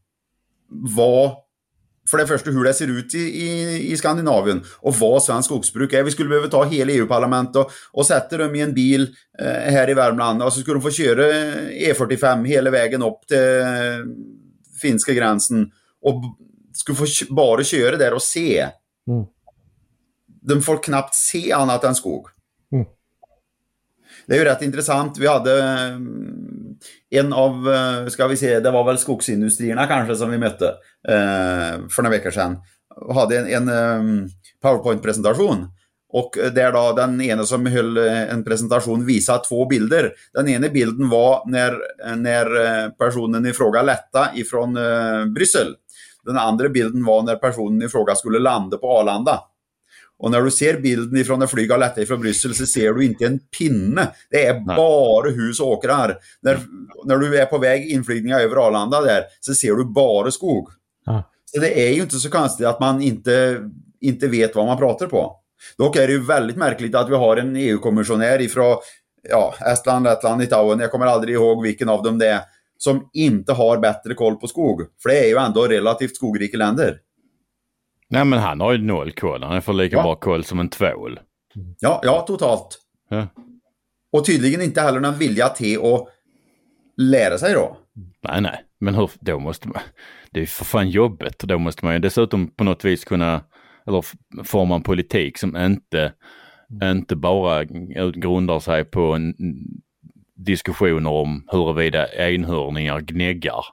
C: för det första hur det ser ut i Skandinavien och vad svensk skogsbruk är. Vi skulle behöva ta hela EU-parlamentet och sätta dem i en bil här i Värmland och så skulle de få köra E45 hela vägen upp till finska gränsen och skulle få bara köra där och se. De får knappt se annat än skog. Det är ju rätt intressant. Vi hade en av, det var väl skogsindustrierna kanske som vi mötte för några veckor sedan. Och hade en PowerPoint-presentation. Och där då den ena som höll en presentation visade 2 bilder. Den ena bilden var när personen i fråga lätta ifrån Bryssel. Den andra bilden var när personen i fråga skulle landa på Arlanda. Och när du ser bilden ifrån när flyget lättar ifrån Bryssel så ser du inte en pinne. Det är bara hus och åkrar. När du är på väg inflygningar över Arlanda där så ser du bara skog. Så det är ju inte så konstigt att man inte vet vad man pratar på. Dock är det ju väldigt märkligt att vi har en EU-kommissionär ifrån Estland, Lettland, Litauen. Jag kommer aldrig ihåg vilken av dem det är. Som inte har bättre koll på skog. För det är ju ändå relativt skogrika länder.
D: Nej, men han har ju 0 koll. Han får lika bra koll som en tvål.
C: Ja, totalt.
D: Ja.
C: Och tydligen inte heller någon vilja till att lära sig då.
D: Nej. Men då måste man... Det är ju för fan jobbet. Då måste man ju dessutom på något vis kunna... Eller forma en politik som inte bara grundar sig på en diskussioner om huruvida enhörningar gnäggar.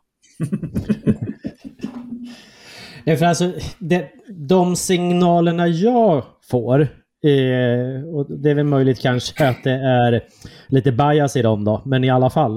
B: För alltså, de signalerna jag får, och det är väl möjligt kanske att det är lite bias i dem då, men i alla fall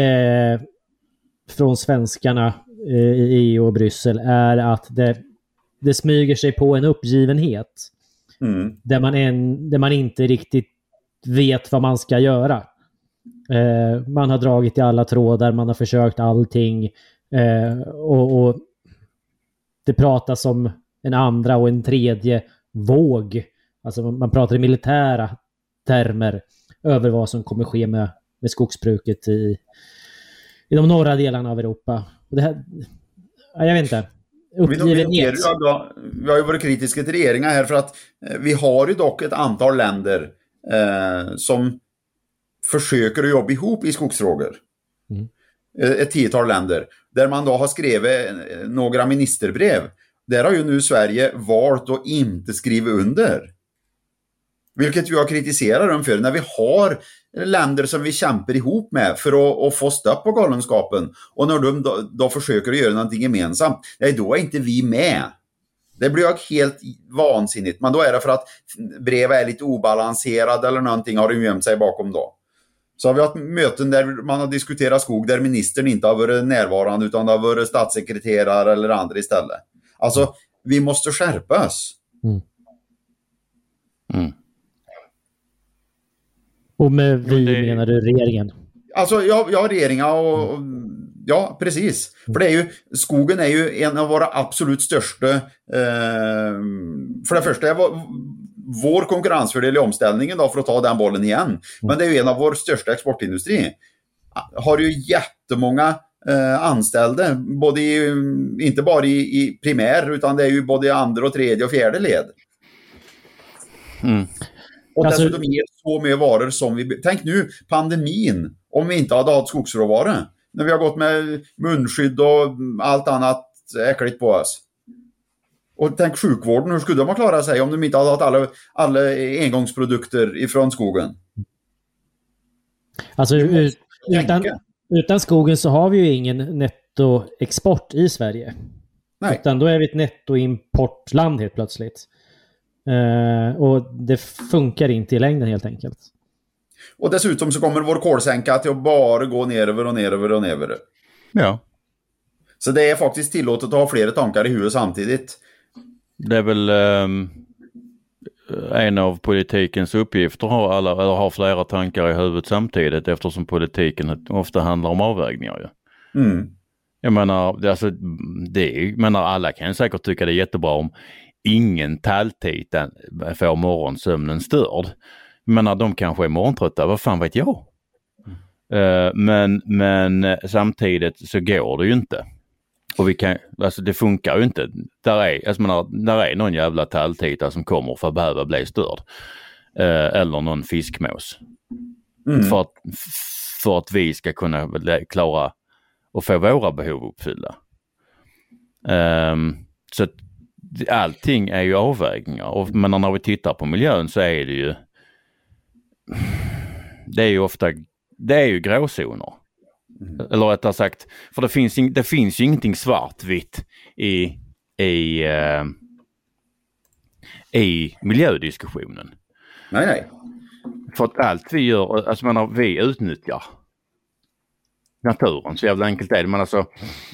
B: från svenskarna i EU och Bryssel är att det smyger sig på en uppgivenhet där man inte riktigt vet vad man ska göra. Man har dragit i alla trådar, man har försökt allting och det pratas om en andra och en tredje våg. Alltså man pratar i militära termer över vad som kommer ske med skogsbruket i de norra delarna av Europa. Och det här, jag vet inte. Uppgivenhet.
C: Vi har ju varit kritiska till regeringar här för att vi har ju dock ett antal länder som försöker att jobba ihop i skogsfrågor. Ett 10-tal länder. Där man då har skrivit några ministerbrev. Där har ju nu Sverige valt att inte skriva under. Vilket vi har kritiserat dem för. När vi har länder som vi kämpar ihop med för att få stopp på galenskapen. Och när de då försöker att göra någonting gemensamt. Nej, då är inte vi med. Det blir ju helt vansinnigt. Men då är det för att brevet är lite obalanserad eller någonting har de gömt sig bakom då. Så har vi haft möten där man har diskuterat skog där ministern inte har varit närvarande utan det har varit statssekreterare eller andra istället. Alltså, vi måste skärpa oss.
B: Och med menar du regeringen?
C: Alltså, regeringen och ja, precis. För det är ju, skogen är ju en av våra absolut största, för det första är vår konkurrensfördel i omställningen då, för att ta den bollen igen. Men det är ju en av vår största exportindustri. Har ju jättemånga anställda, både inte bara i primär utan det är ju både i andra och tredje och fjärde led. Och dessutom ger så mycket varor som vi... Tänk nu, pandemin, om vi inte hade haft skogsråvaror. När vi har gått med munskydd och allt annat äckligt på oss. Och tänk sjukvården, hur skulle de ha klarat sig om de inte hade haft alla engångsprodukter ifrån skogen?
B: Alltså utan skogen så har vi ju ingen nettoexport i Sverige.
C: Nej.
B: Utan då är vi ett nettoimportland helt plötsligt. Och det funkar inte i längden helt enkelt.
C: Och dessutom så kommer vår kolsänka till att bara gå neröver och neröver och neröver.
D: Ja.
C: Så det är faktiskt tillåtet att ha flera tankar i huvudet samtidigt.
D: Det är väl en av politikens uppgifter har flera tankar i huvudet samtidigt, eftersom politiken ofta handlar om avvägningar ju. Jag menar, alltså, alla kan säkert tycka det är jättebra om ingen talltid får morgonsömnen störd. Men de kanske är morgontrötta, vad fan vet jag? Men samtidigt så går det ju inte. Och det funkar ju inte. Där är någon jävla talltita som kommer för att behöva bli störd. Eller någon fiskmås. För att vi ska kunna klara och få våra behov uppfyllda. Så att allting är ju avvägningar. Men när vi tittar på miljön så är det ju det är ju gråzoner. Eller rättare sagt, för det finns ju ingenting svartvitt i miljödiskussionen.
C: Nej.
D: För att allt vi gör, alltså vi utnyttjar naturen, så jävla enkelt är det. Men alltså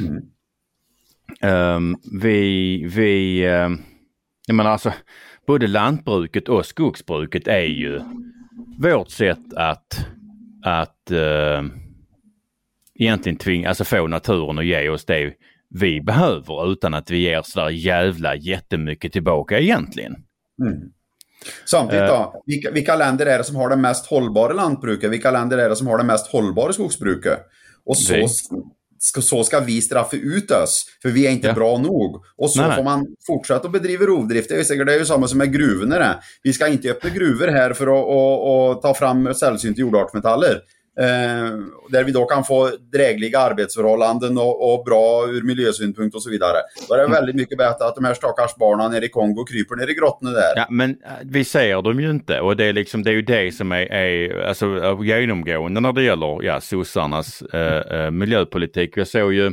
D: jag menar alltså, både lantbruket och skogsbruket är ju vårt sätt att egentligen få naturen att ge oss det vi behöver utan att vi ger sådär jävla jättemycket tillbaka egentligen.
C: Samtidigt då, vilka länder är det som har det mest hållbara lantbruket? Vilka länder är det som har det mest hållbara skogsbruket? Och så ska vi straffa ut oss, för vi är inte bra nog. Och så får man fortsätta att bedriva rovdrift. Det är ju samma som med gruvorna. Vi ska inte öppna gruvor här för att ta fram sällsynta jordartsmetaller. Där vi då kan få drägliga arbetsförhållanden och bra ur miljösynpunkt och så vidare. Då är det väldigt mycket bättre att de här stackars barnen nere i Kongo kryper ner i grottorna där. Ja,
D: men vi ser dem ju inte, och det är ju det som är alltså genomgående när det gäller sossarnas miljöpolitik. Jag såg ju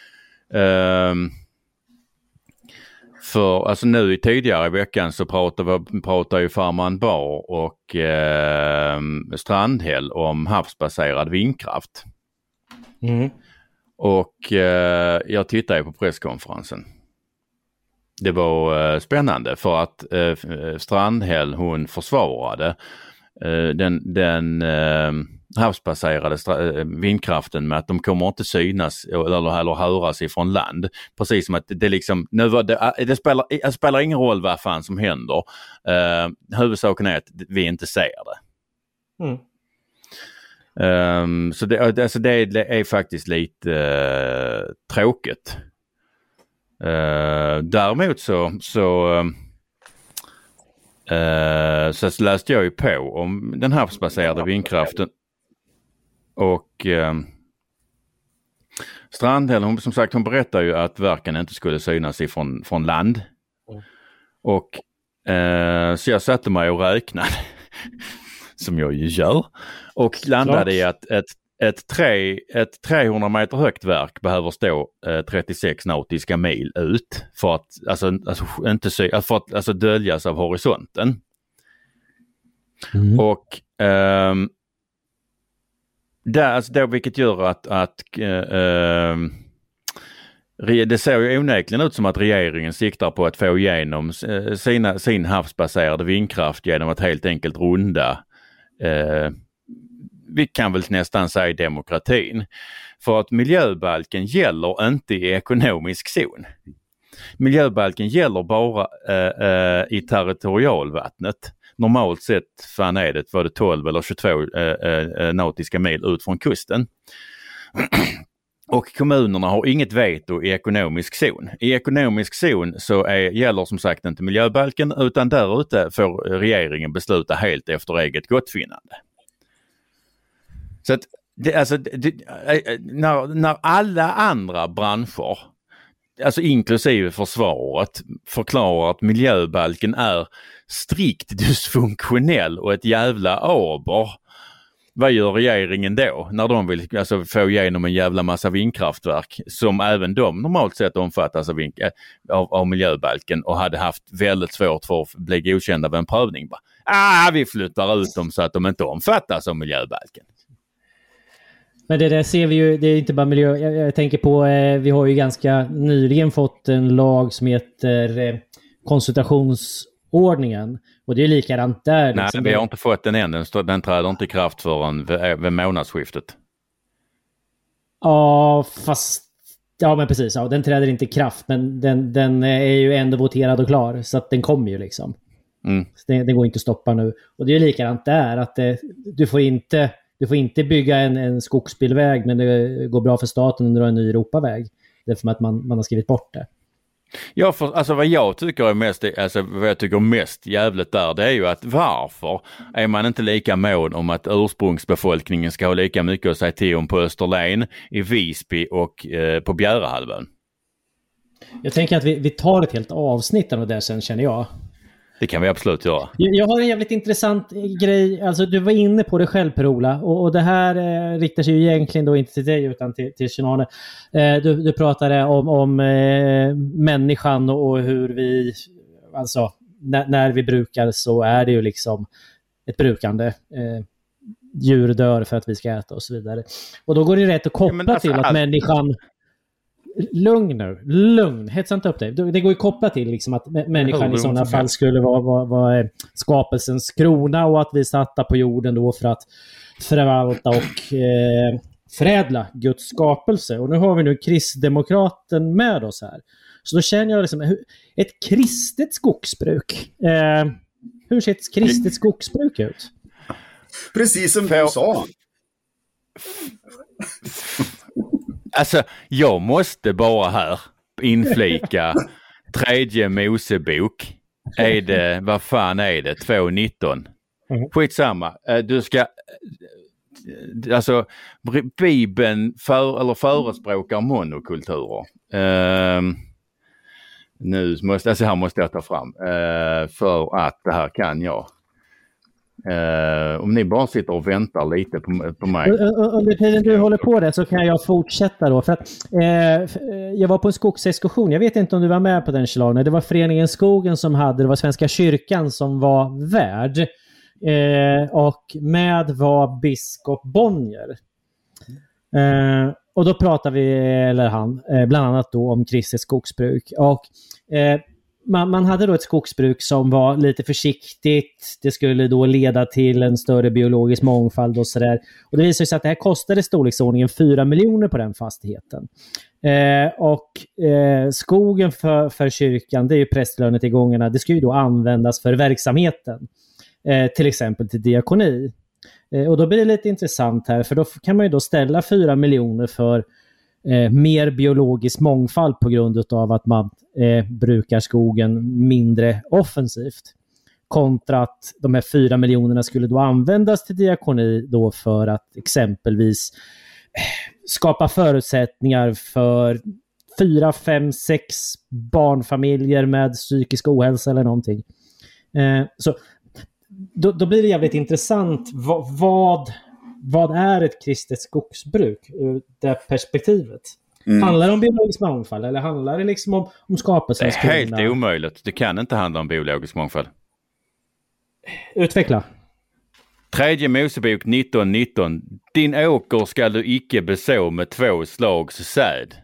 D: för alltså nu tidigare i veckan så pratar ju Farman Bar och Strandhäll om havsbaserad vindkraft. Och jag tittade ju på presskonferensen. Det var spännande för att Strandhäll, hon försvarade den havsbaserade vindkraften med att de kommer inte synas eller höras ifrån land. Precis som att det liksom, det spelar ingen roll vad fan som händer. Huvudsaken är att vi inte ser det. Så det är faktiskt lite tråkigt. Däremot så läste jag ju på om den havsbaserade vindkraften. Och Strandhäll, hon berättar ju att verken inte skulle synas från land. Och så jag satte mig och räknade som jag ju gör, och landade i att ett 300 meter högt verk behöver stå 36 nautiska mil ut för att döljas av horisonten. Och vilket gör att det ser ju onekligen ut som att regeringen siktar på att få igenom sin havsbaserade vindkraft genom att helt enkelt runda vi kan väl nästan säga demokratin. För att miljöbalken gäller inte i ekonomisk zon. Miljöbalken gäller bara i territorialvattnet. Normalt sett är det 12 eller 22 nautiska mil ut från kusten. Och kommunerna har inget veto i ekonomisk zon. I ekonomisk zon så gäller som sagt inte miljöbalken, utan där ute får regeringen besluta helt efter eget gottfinnande. Så att när alla andra branscher, alltså inklusive försvaret, förklarar att miljöbalken är strikt dysfunktionell och ett jävla aber, vad gör regeringen då när de vill få igenom en jävla massa vindkraftverk som även de normalt sett omfattas av miljöbalken och hade haft väldigt svårt för att bli godkända vid en prövning? Vi flyttar ut dem så att de inte omfattas av miljöbalken.
B: Men det där ser vi ju, det är inte bara miljö. Jag tänker på, vi har ju ganska nyligen fått en lag som heter konsultations- jaktordningen. Och det är likadant där.
D: Nej,
B: liksom.
D: vi har inte fått den än. Den träder inte i kraft förrän vid månadsskiftet.
B: Ja, fast... Ja, men precis. Ja, den träder inte i kraft, men den är ju ändå voterad och klar. Så att den kommer ju liksom. Så det går inte att stoppa nu. Och det är likadant där. Att du får inte bygga en skogsbilväg, men det går bra för staten att dra en ny Europaväg. Därför att man har skrivit bort det.
D: Ja, alltså vad jag tycker mest jävligt där, det är ju att varför är man inte lika mån om att ursprungsbefolkningen ska ha lika mycket att säga till om på Österlen, i Visby och på Bjärehalvön?
B: Jag tänker att vi tar ett helt avsnitt av det sen, känner jag.
D: Det kan vi absolut göra.
B: Jag har en jävligt intressant grej. Alltså, du var inne på det själv, Per-Ola. Och det här riktar sig ju egentligen då inte till dig utan till Shinane. Du pratade om människan och hur vi... Alltså, när vi brukar så är det ju liksom ett brukande. Djur dör för att vi ska äta och så vidare. Och då går det rätt att koppla till att människan... Lugn, hetsa inte upp dig. Det går ju kopplat till liksom att människan i sådana fall skulle vara skapelsens krona och att vi satta på jorden då för att förvalta och förädla Guds skapelse. Och nu har vi nu kristdemokraten med oss här. Så då känner jag liksom ett kristet skogsbruk. Hur ser ett kristet skogsbruk ut?
C: Precis som du sa. Alltså,
D: jag måste bara här inflika 3:e Mosebok. Är det, vad fan är det? 2:19. Skitsamma. Du ska... Alltså, Bibeln förespråkar monokulturer. Nu måste jag ta fram. För att det här kan jag. Om ni bara sitter och väntar lite på mig.
B: Under tiden du håller på det så kan jag fortsätta då. För att, jag var på en skogsexkursion. Jag vet inte om du var med på den, Shinane. Det var Föreningen Skogen som hade, det var Svenska kyrkan som var värd. Och med var biskop Bonnier. Och då pratade vi, eller han, bland annat då om kristet skogsbruk. Och man hade då ett skogsbruk som var lite försiktigt. Det skulle då leda till en större biologisk mångfald och sådär. Och det visade sig att det här kostade storleksordningen 4 miljoner på den fastigheten. Skogen för kyrkan, det är ju prästlönetillgångarna. Det ska ju då användas för verksamheten. Till exempel till diakoni. Och då blir det lite intressant här. För då kan man ju då ställa 4 miljoner för mer biologisk mångfald på grund av att man brukar skogen mindre offensivt. Kontra att de här 4 miljonerna skulle då användas till diakoni då för att exempelvis skapa förutsättningar för 4, 5, 6 barnfamiljer med psykisk ohälsa eller någonting. Så då blir det jävligt intressant. Vad är ett kristet skogsbruk ur det perspektivet? Handlar det om biologisk mångfald eller handlar det liksom om skapelsens krona?
D: Det är helt omöjligt. Det kan inte handla om biologisk mångfald.
B: Utveckla.
D: 3:e Mosebok 19:19. Din åker ska du icke beså med 2 slags säd.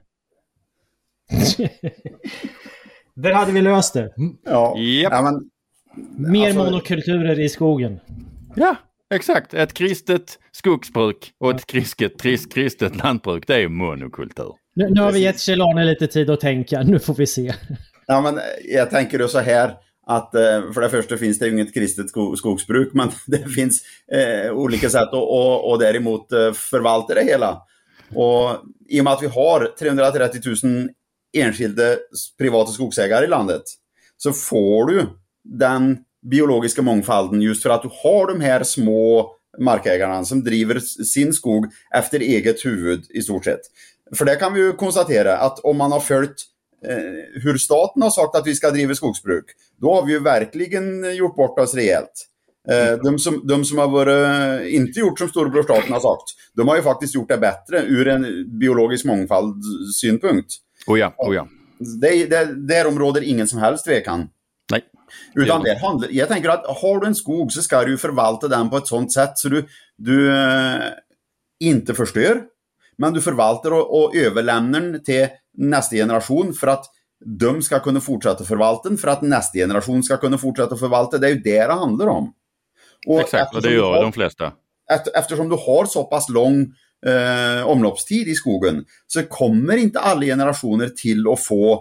B: Där hade vi löst det.
C: Ja,
D: yep.
C: Ja, men,
B: mer monokulturer i skogen.
D: Ja, exakt. Ett kristet skogsbruk och ett kristet lantbruk, det är monokultur.
B: Nu har vi gett Shinane lite tid att tänka. Nu får vi se.
C: Ja, men jag tänker då så här att för det första finns det ju inget kristet skogsbruk, men det finns olika sätt att däremot förvalta det hela. Och i och med att vi har 330 000 enskilda privata skogsägare i landet så får du den biologiska mångfalden just för att du har de här små markägarna som driver sin skog efter eget huvud i stort sett. För det kan vi ju konstatera att om man har följt hur staten har sagt att vi ska driva skogsbruk, då har vi ju verkligen gjort bort oss rejält. De som har varit, inte gjort som storebror staten har sagt, de har ju faktiskt gjort det bättre ur en biologisk mångfald synpunkt.
D: Oh ja.
C: Därom råder ingen som helst tvekan.
D: Nej.
C: Utan jag tänker att har du en skog så ska du förvalta den på ett sånt sätt så du inte förstör, men du förvaltar och överlämnar den till nästa generation för att de ska kunna fortsätta förvalta för att nästa generation ska kunna fortsätta förvalta. Det är ju det handlar om. Och
D: exakt, och det gör de flesta.
C: Eftersom du har så pass lång omloppstid i skogen så kommer inte alla generationer till att få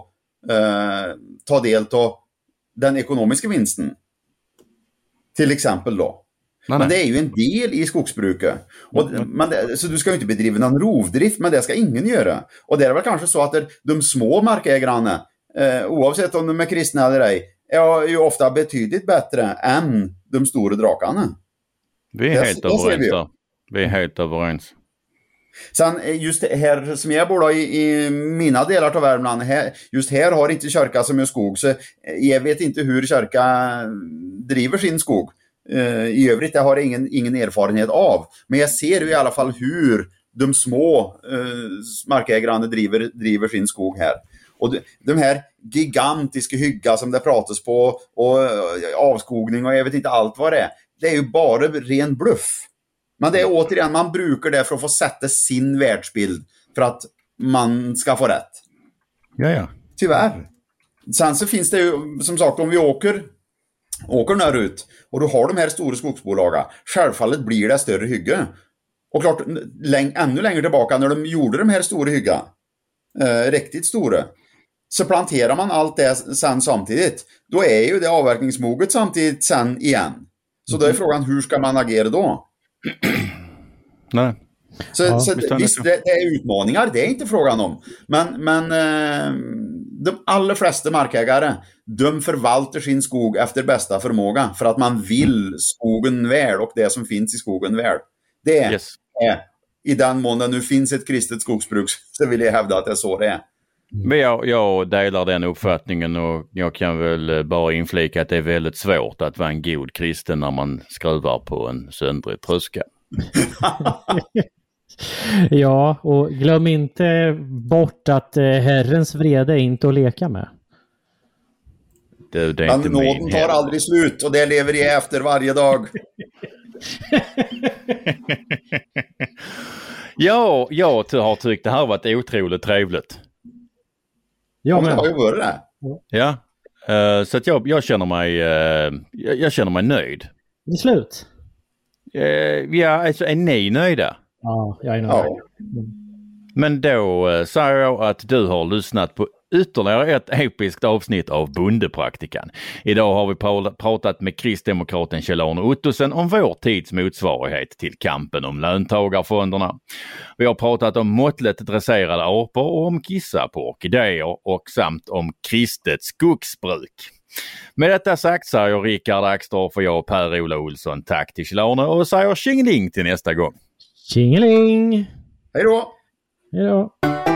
C: ta del av den ekonomiska vinsten. Till exempel då.
D: Nej.
C: Men det är ju en del i skogsbruket. Så du ska ju inte bedriva någon rovdrift, men det ska ingen göra. Och det är väl kanske så att de små markägarna, oavsett om de är kristna eller ej, är ju ofta betydligt bättre än de stora drakarna.
D: Vi är helt överens där. Vi är helt överens.
C: Sen just här som jag bor då, i mina delar av Värmland, just här har inte kyrka så mycket skog, så jag vet inte hur kyrka driver sin skog. I övrigt jag har ingen erfarenhet av. Men jag ser ju i alla fall hur de små markägarna driver sin skog här. Och de här gigantiska hygga som det pratas på och avskogning och jag vet inte allt vad det är. Det är ju bara ren bluff. Men det är återigen, man brukar det för att få sätta sin världsbild för att man ska få rätt.
D: Ja.
C: Tyvärr. Sen så finns det ju, som sagt, om vi åker norrut och du har de här stora skogsbolagen, självfallet blir det större hygge. Och klart, ännu längre tillbaka när de gjorde de här stora hygga, riktigt stora, så planterar man allt det sen samtidigt. Då är ju det avverkningsmoget samtidigt sen igen. Så då är frågan, hur ska man agera då?
D: Nej.
C: Så visst, det är utmaningar, det är inte frågan om. Men de allra flesta markägare, de förvaltar sin skog efter bästa förmåga för att man vill skogen väl och det som finns i skogen väl. Det är, i den mån det nu finns ett kristet skogsbruk, så vill jag hävda att det är så det är.
D: Men jag delar den uppfattningen och jag kan väl bara inflika att det är väldigt svårt att vara en god kristen när man skruvar på en söndrig tröska.
B: Ja, och glöm inte bort att Herrens vrede är inte att leka med.
D: Det är
C: men
D: inte
C: nåden tar aldrig slut och det lever jag efter varje dag.
D: Ja, jag har tyckt det här varit otroligt trevligt.
C: Ja, men det har ju varit det.
D: Ja, så att jag känner mig nöjd.
B: Det är slut.
D: Ja, alltså är ni nöjda?
B: Ja, jag är nöjd.
C: Ja.
D: Men då säger jag att du har lyssnat på ytterligare ett episkt avsnitt av Bondepraktikan. Idag har vi pratat med kristdemokraten Kjell-Arne Ottosson om vår tids motsvarighet till kampen om löntagarfonderna. Vi har pratat om måttligt dresserade apor och om kissa på orkidéer och samt om kristet skogsbruk. Med detta sagt säger Rickard Axdorff och jag Per-Ola Olsson tack till Kjell-Arne och säger tjingeling till nästa gång.
B: Tjingeling!
C: Hej då!
B: Hej då!